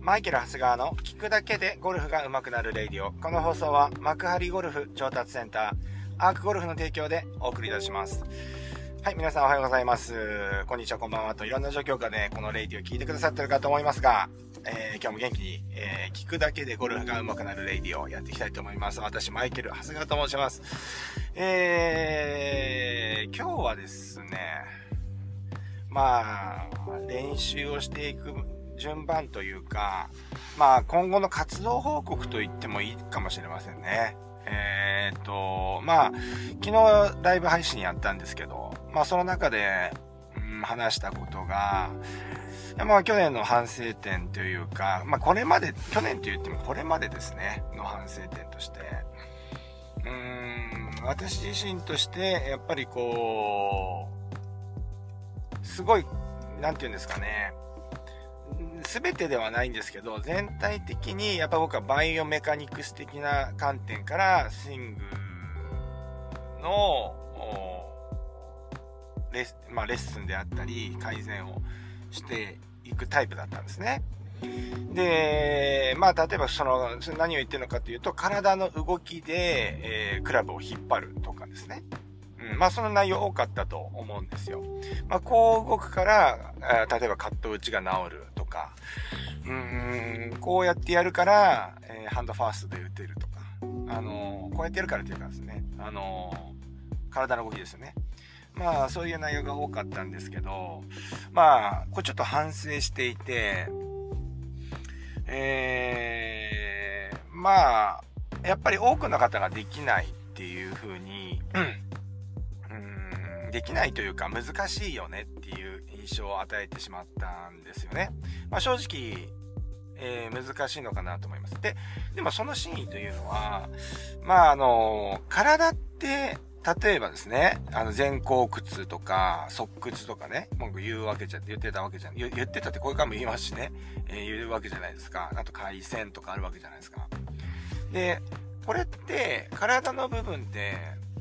マイケル・長谷川の聞くだけでゴルフが上手くなるレイディオ。この放送は幕張ゴルフ上達センターアークゴルフの提供でお送りいたします。はい、皆さんおはようございます。こんにちは、こんばんはといろんな状況下でこのレイディオを聞いてくださってるかと思いますが、今日も元気に、聞くだけでゴルフが上手くなるレイディオをやっていきたいと思います。私マイケル・長谷川と申します。今日はですね、練習をしていく順番というか、今後の活動報告と言ってもいいかもしれませんね。昨日ライブ配信やったんですけど、その中で、話したことが、去年の反省点というか、これまで、去年と言ってもこれまでですね、の反省点として、私自身として、やっぱりすごい、なんていうんですかね、全てではないんですけど、全体的にやっぱ僕はバイオメカニクス的な観点からスイングのレッスンであったり改善をしていくタイプだったんですね。で、例えば何を言ってるのかというと、体の動きで、クラブを引っ張るとかですね。その内容多かったと思うんですよ。こう動くから、例えばカット打ちが治るとか、こうやってやるから、ハンドファーストで打てるとか、こうやってやるからというかですね、体の動きですよね。そういう内容が多かったんですけど、これちょっと反省していて、やっぱり多くの方ができないっていう風に、できないというか難しいよねっていう印象を与えてしまったんですよね。正直、難しいのかなと思います。でもその真意というのは、体って例えばですね、前後屈とか側屈とかね、言ってたわけじゃん。言ってたってこういう回も言いますしね、言うわけじゃないですか。あと回旋とかあるわけじゃないですか。で、これって体の部分って、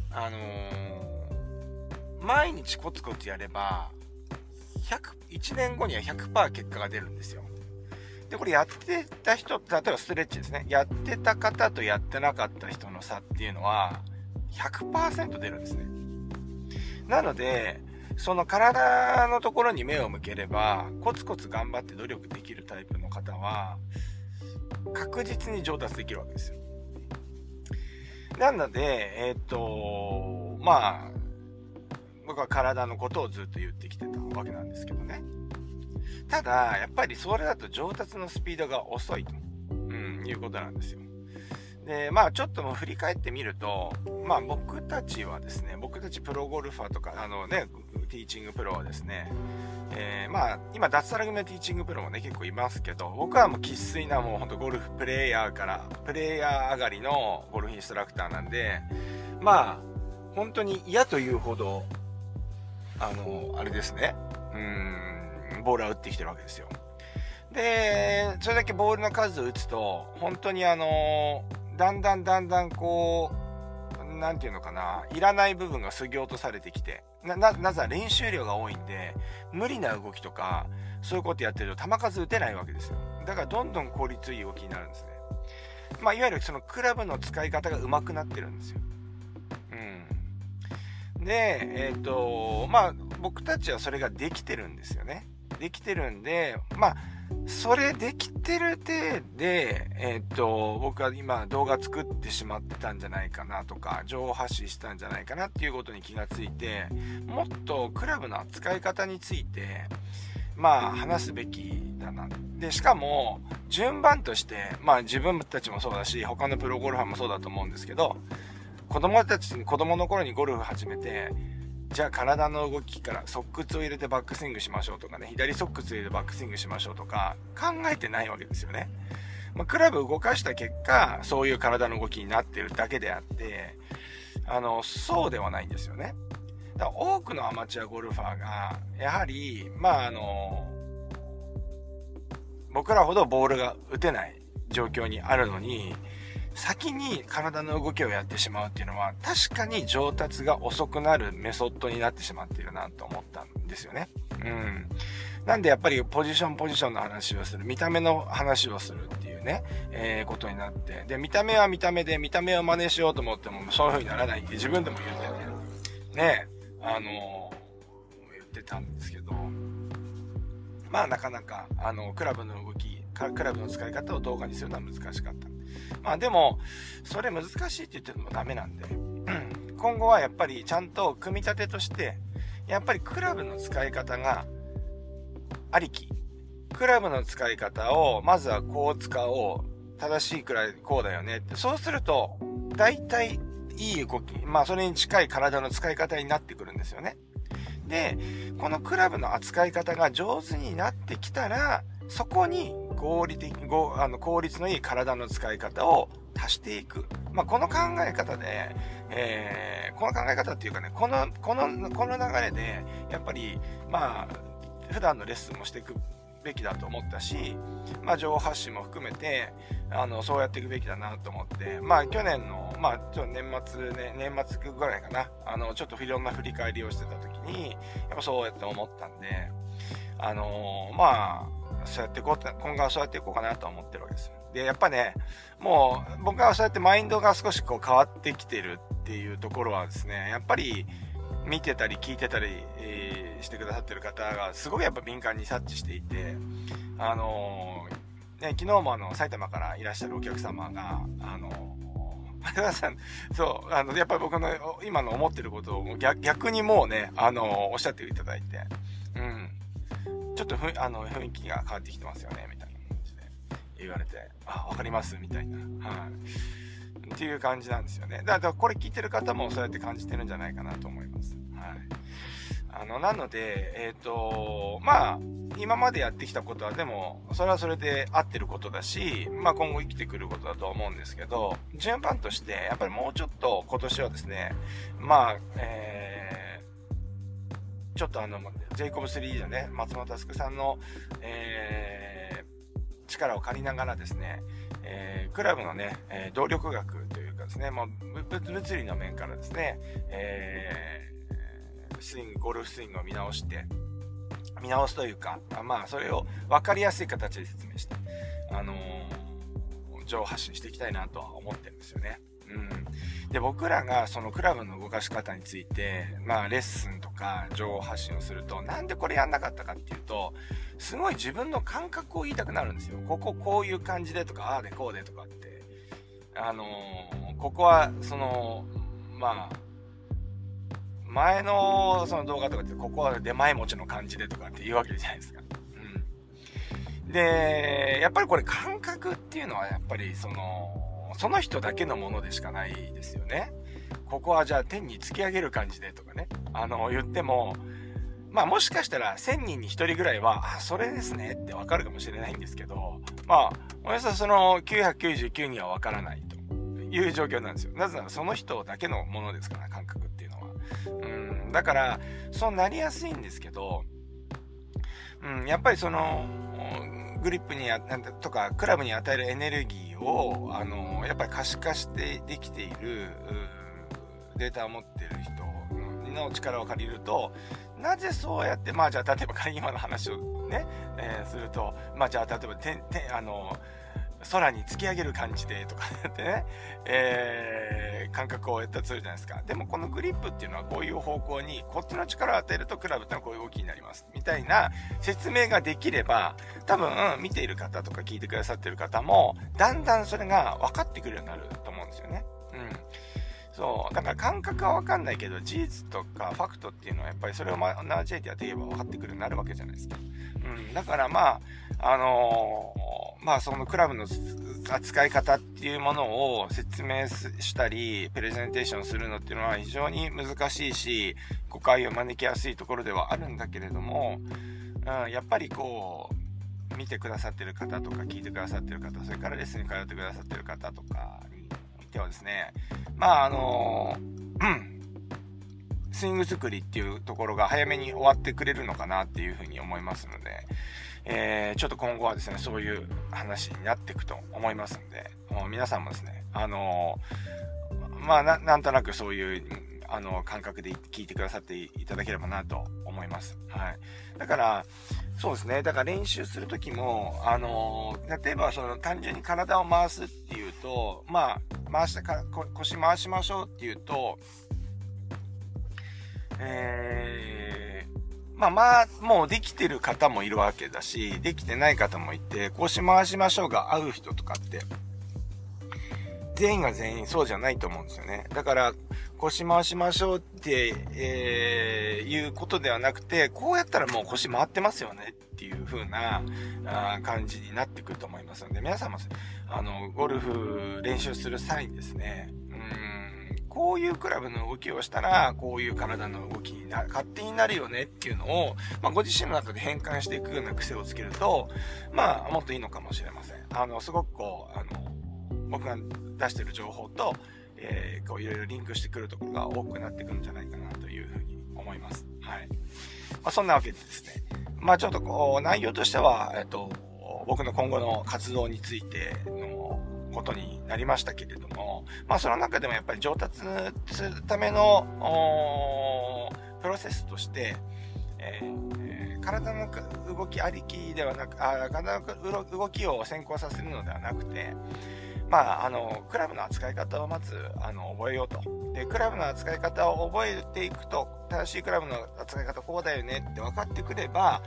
毎日コツコツやれば、1年後には 100% 結果が出るんですよ。で、これやってた人、例えばストレッチですね。やってた方とやってなかった人の差っていうのは、100% 出るんですね。なので、その体のところに目を向ければ、コツコツ頑張って努力できるタイプの方は、確実に上達できるわけですよ。なので、僕は体のことをずっと言ってきてたわけなんですけどね。ただ、やっぱりそれだと上達のスピードが遅いと、いうことなんですよ。で、ちょっともう振り返ってみると、僕たちプロゴルファーとか、ティーチングプロはですね、今脱サラ組のティーチングプロもね、結構いますけど、僕はもう生粋なもうほんとゴルフプレイヤー上がりのゴルフインストラクターなんで、本当に嫌というほど、あれですね、ボールは打ってきてるわけですよ。で、それだけボールの数を打つと、本当にだんだんなんていうのかな、いらない部分が削ぎ落とされてきて、なぜなら練習量が多いんで、無理な動きとか、そういうことやってると球数打てないわけですよ。だからどんどん効率いい動きになるんですね。いわゆるそのクラブの使い方が上手くなってるんですよ。で、僕たちはそれができてるんですよね。できてるんで、それできてる体で、僕は今動画作ってしまったんじゃないかなとか、情報発信したんじゃないかなっていうことに気がついて、もっとクラブの扱い方について、話すべきだな。で、しかも、順番として、自分たちもそうだし、他のプロゴルファーもそうだと思うんですけど、子供の頃にゴルフ始めて、じゃあ体の動きから側屈を入れてバックスイングしましょうとかね、左側屈を入れてバックスイングしましょうとか考えてないわけですよね。クラブ動かした結果、そういう体の動きになってるだけであって、そうではないんですよね。だから多くのアマチュアゴルファーが、やはり、僕らほどボールが打てない状況にあるのに、 先に体の動きをやってしまうっていうのは、確かに上達が遅くなるメソッドになってしまっているなと思ったんですよね。なんでやっぱりポジションの話をする、見た目の話をするっていうね、ことになって。で、見た目は見た目で、見た目を真似しようと思っても、そういう風にならないって自分でも言ってね、言ってたんですけど、まあなかなか、クラブの動き、クラブの使い方を動画にするのは難しかった。まあでも、それ難しいって言ってもダメなんで、今後はやっぱりちゃんと組み立てとして、やっぱりクラブの使い方がありき。クラブの使い方を、まずはこう使おう。正しいくらいこうだよねって。そうすると、大体いい動き。まあそれに近い体の使い方になってくるんですよね。で、このクラブの扱い方が上手になってきたら、そこに効率のいい体の使い方を足していく。まあ、この考え方で、この考え方っていうかね、この流れで、やっぱり、まあ、普段のレッスンもしていくべきだと思ったし、まあ、情報発信も含めて、そうやっていくべきだなと思って、まあ、去年の、まあ、ちょっと年末ぐらいかな、ちょっといろんな振り返りをしてた時に、やっぱそうやって思ったんで、まあ、そうやって今後はそうやっていこうかなと思ってるわけですよ。で、やっぱね、もう、僕はそうやってマインドが少しこう変わってきてるっていうところはですね、やっぱり、見てたり聞いてたり、してくださってる方がすごくやっぱ敏感に察知していて、ね、昨日も埼玉からいらっしゃるお客様が、前田さん、そう、やっぱり僕の今の思ってることを逆にもうね、おっしゃっていただいて、ちょっと雰囲気が変わってきてますよね、みたいな感じで言われて、わかりますみたいな。はい。っていう感じなんですよね。だからこれ聞いてる方もそうやって感じてるんじゃないかなと思います。はい。なので、まあ、今までやってきたことはでも、それはそれで合ってることだし、まあ今後生きてくることだと思うんですけど、順番として、やっぱりもうちょっと今年はですね、まあ、ちょっとジェイコブ3のね、松本佑さんの、力を借りながらですね、クラブのね、動力学というかですね、もう物理の面からですね、ゴルフスイングを見直すというか、まあそれを分かりやすい形で説明して、情報発信していきたいなとは思ってるんですよね。で、僕らがそのクラブの動かし方について、まあレッスンとか情報発信をすると、なんでこれやんなかったかっていうと、すごい自分の感覚を言いたくなるんですよ。こういう感じでとか、ああでこうでとかって、ここはまあ前のその動画とかってここは出前持ちの感じでとかって言うわけじゃないですか。で、やっぱりこれ感覚っていうのはやっぱりその人だけのものでしかないですよね。ここはじゃあ天に突き上げる感じでとかね、言っても、まあもしかしたら1000人に1人ぐらいは、それですねってわかるかもしれないんですけど、まあ、およそその999人はわからないという状況なんですよ。なぜならその人だけのものですから、感覚っていうのは。だから、そうなりやすいんですけど、やっぱりグリップにとかクラブに与えるエネルギーをやっぱり可視化してできているデータを持っている人の力を借りると、なぜそうやって、まあじゃあ例えば今の話をね、すると、まあじゃあ例えば空に突き上げる感じでとかってね、感覚をやったとするじゃないですか。でもこのグリップっていうのはこういう方向にこっちの力を与えるとクラブってのはこういう動きになりますみたいな説明ができれば、多分見ている方とか聞いてくださってる方もだんだんそれが分かってくるようになると思うんですよね。そうだから感覚は分かんないけど、事実とかファクトっていうのはやっぱりそれを交えてやっていけば分かってくるようになるわけじゃないですか。だからまあそのクラブの扱い方っていうものを説明したりプレゼンテーションするのっていうのは非常に難しいし、誤解を招きやすいところではあるんだけれども、やっぱりこう見てくださってる方とか聞いてくださってる方、それからレッスンに通ってくださってる方とかにいてはですね、まあスイング作りっていうところが早めに終わってくれるのかなっていうふうに思いますので、ちょっと今後はですね、そういう話になっていくと思いますので、もう皆さんもですね、なんとなくそういう、感覚で聞いてくださっていただければなと思います。はい。だから、そうですね。だから練習するときも、例えば単純に体を回すっていうと、腰回しましょうっていうと、もうできてる方もいるわけだし、できてない方もいて、腰回しましょうが合う人とかって、全員が全員そうじゃないと思うんですよね。だから、腰回しましょうって、いうことではなくて、こうやったらもう腰回ってますよねっていう風な感じになってくると思いますので、皆さんも、ゴルフ練習する際にですね、こういうクラブの動きをしたら、こういう体の動きに勝手になるよねっていうのを、ご自身の中で変換していくような癖をつけると、もっといいのかもしれません。すごく僕が出してる情報と、いろいろリンクしてくるところが多くなってくるんじゃないかなというふうに思います。はい。そんなわけでですね。ちょっと内容としては、僕の今後の活動についてのことになりましたけれども、その中でもやっぱり上達するためのプロセスとして、体の動きありきではなく、体の動きを先行させるのではなくて、クラブの扱い方をまず覚えようと。で、クラブの扱い方を覚えていくと、正しいクラブの扱い方こうだよねって分かってくれば、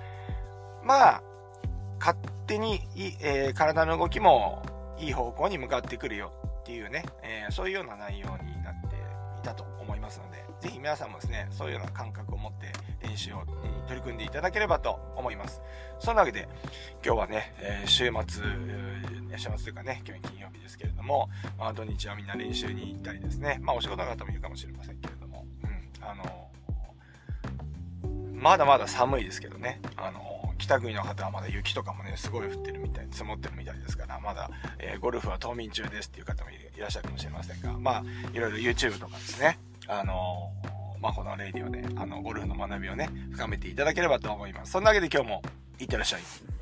勝手に体の動きもいい方向に向かってくるよっていうね、そういうような内容になっていたと思いますので、ぜひ皆さんもですね、そういうような感覚を持って練習に取り組んでいただければと思います。そんなわけで、今日はね、週末というかね、今日金曜日ですけれども、土日はみんな練習に行ったりですね、お仕事の方もいるかもしれませんけれども、まだまだ寒いですけどね、北国の方はまだ雪とかもね、すごい降ってるみたい、積もってるみたいですから、まだ、ゴルフは冬眠中ですっていう方もいらっしゃるかもしれませんが、いろいろ YouTube とかですね、このレディオで、ゴルフの学びをね、深めていただければと思います。そんなわけで今日もいってらっしゃい。